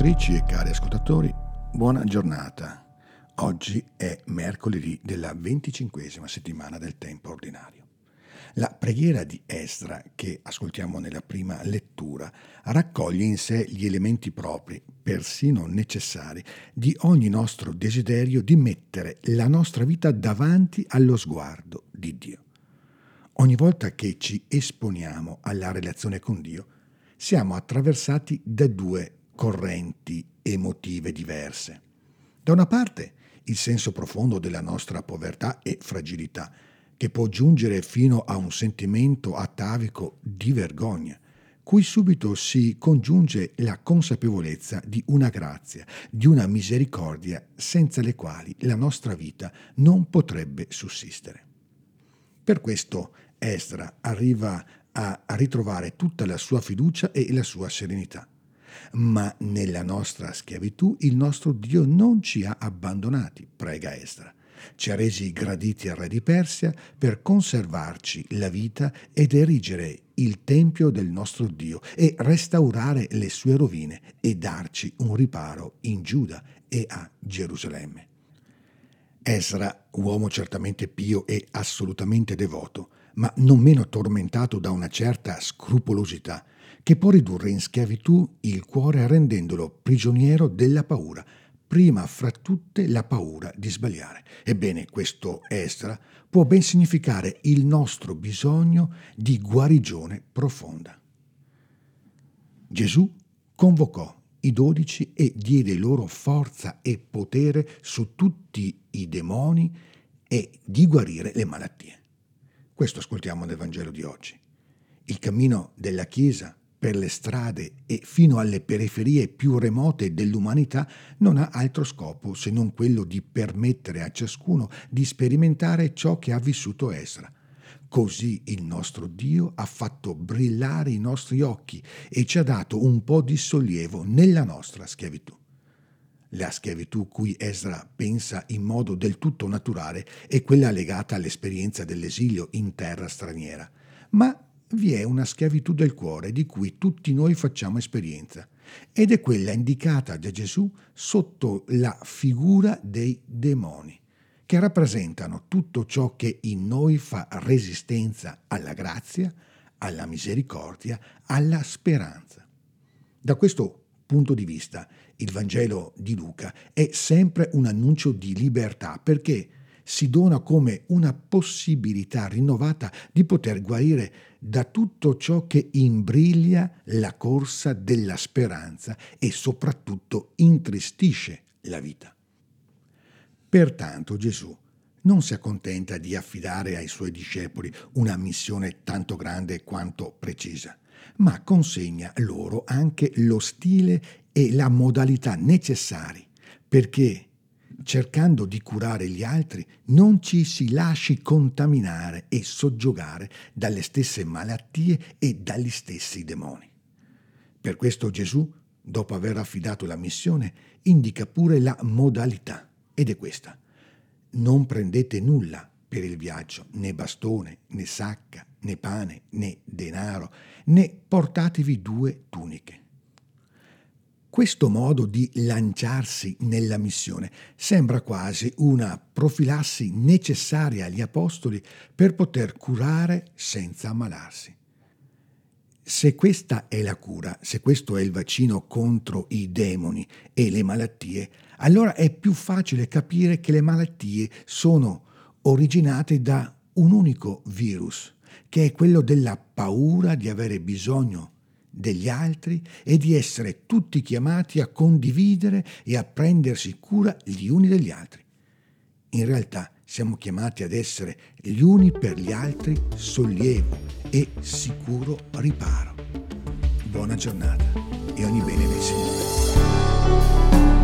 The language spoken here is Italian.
ascoltatrici e cari ascoltatori, buona giornata. Oggi è mercoledì della 25esima settimana del tempo ordinario. La preghiera di Esdra, che ascoltiamo nella prima lettura, raccoglie in sé gli elementi propri, persino necessari, di ogni nostro desiderio di mettere la nostra vita davanti allo sguardo di Dio. Ogni volta che ci esponiamo alla relazione con Dio, siamo attraversati da due correnti emotive diverse. Da una parte il senso profondo della nostra povertà e fragilità, che può giungere fino a un sentimento atavico di vergogna, cui subito si congiunge la consapevolezza di una grazia, di una misericordia senza le quali la nostra vita non potrebbe sussistere. Per questo Esdra arriva a ritrovare tutta la sua fiducia e la sua serenità. Ma nella nostra schiavitù il nostro Dio non ci ha abbandonati, prega Esdra. Ci ha resi graditi al re di Persia per conservarci la vita ed erigere il tempio del nostro Dio e restaurare le sue rovine e darci un riparo in Giuda e a Gerusalemme. Esdra, uomo certamente pio e assolutamente devoto, ma non meno tormentato da una certa scrupolosità, che può ridurre in schiavitù il cuore rendendolo prigioniero della paura, prima fra tutte la paura di sbagliare. Ebbene, questo Esdra può ben significare il nostro bisogno di guarigione profonda. Gesù convocò i 12 e diede loro forza e potere su tutti i demoni e di guarire le malattie. Questo ascoltiamo nel Vangelo di oggi. Il cammino della Chiesa per le strade e fino alle periferie più remote dell'umanità non ha altro scopo se non quello di permettere a ciascuno di sperimentare ciò che ha vissuto Esdra. Così il nostro Dio ha fatto brillare i nostri occhi e ci ha dato un po' di sollievo nella nostra schiavitù. La schiavitù cui Esdra pensa in modo del tutto naturale è quella legata all'esperienza dell'esilio in terra straniera, ma vi è una schiavitù del cuore di cui tutti noi facciamo esperienza, ed è quella indicata da Gesù sotto la figura dei demoni, che rappresentano tutto ciò che in noi fa resistenza alla grazia, alla misericordia, alla speranza. Da questo punto di vista, il Vangelo di Luca è sempre un annuncio di libertà, perché si dona come una possibilità rinnovata di poter guarire da tutto ciò che imbriglia la corsa della speranza e soprattutto intristisce la vita. Pertanto Gesù non si accontenta di affidare ai suoi discepoli una missione tanto grande quanto precisa, ma consegna loro anche lo stile e la modalità necessari perché, cercando di curare gli altri, non ci si lasci contaminare e soggiogare dalle stesse malattie e dagli stessi demoni. Per questo Gesù, dopo aver affidato la missione, indica pure la modalità, ed è questa: non prendete nulla per il viaggio, né bastone, né sacca, né pane, né denaro, né portatevi 2 tuniche. Questo modo di lanciarsi nella missione sembra quasi una profilassi necessaria agli apostoli per poter curare senza ammalarsi. Se questa è la cura, se questo è il vaccino contro i demoni e le malattie, allora è più facile capire che le malattie sono originate da un unico virus, che è quello della paura di avere bisogno degli altri e di essere tutti chiamati a condividere e a prendersi cura gli uni degli altri. In realtà siamo chiamati ad essere gli uni per gli altri sollievo e sicuro riparo. Buona giornata e ogni bene del Signore.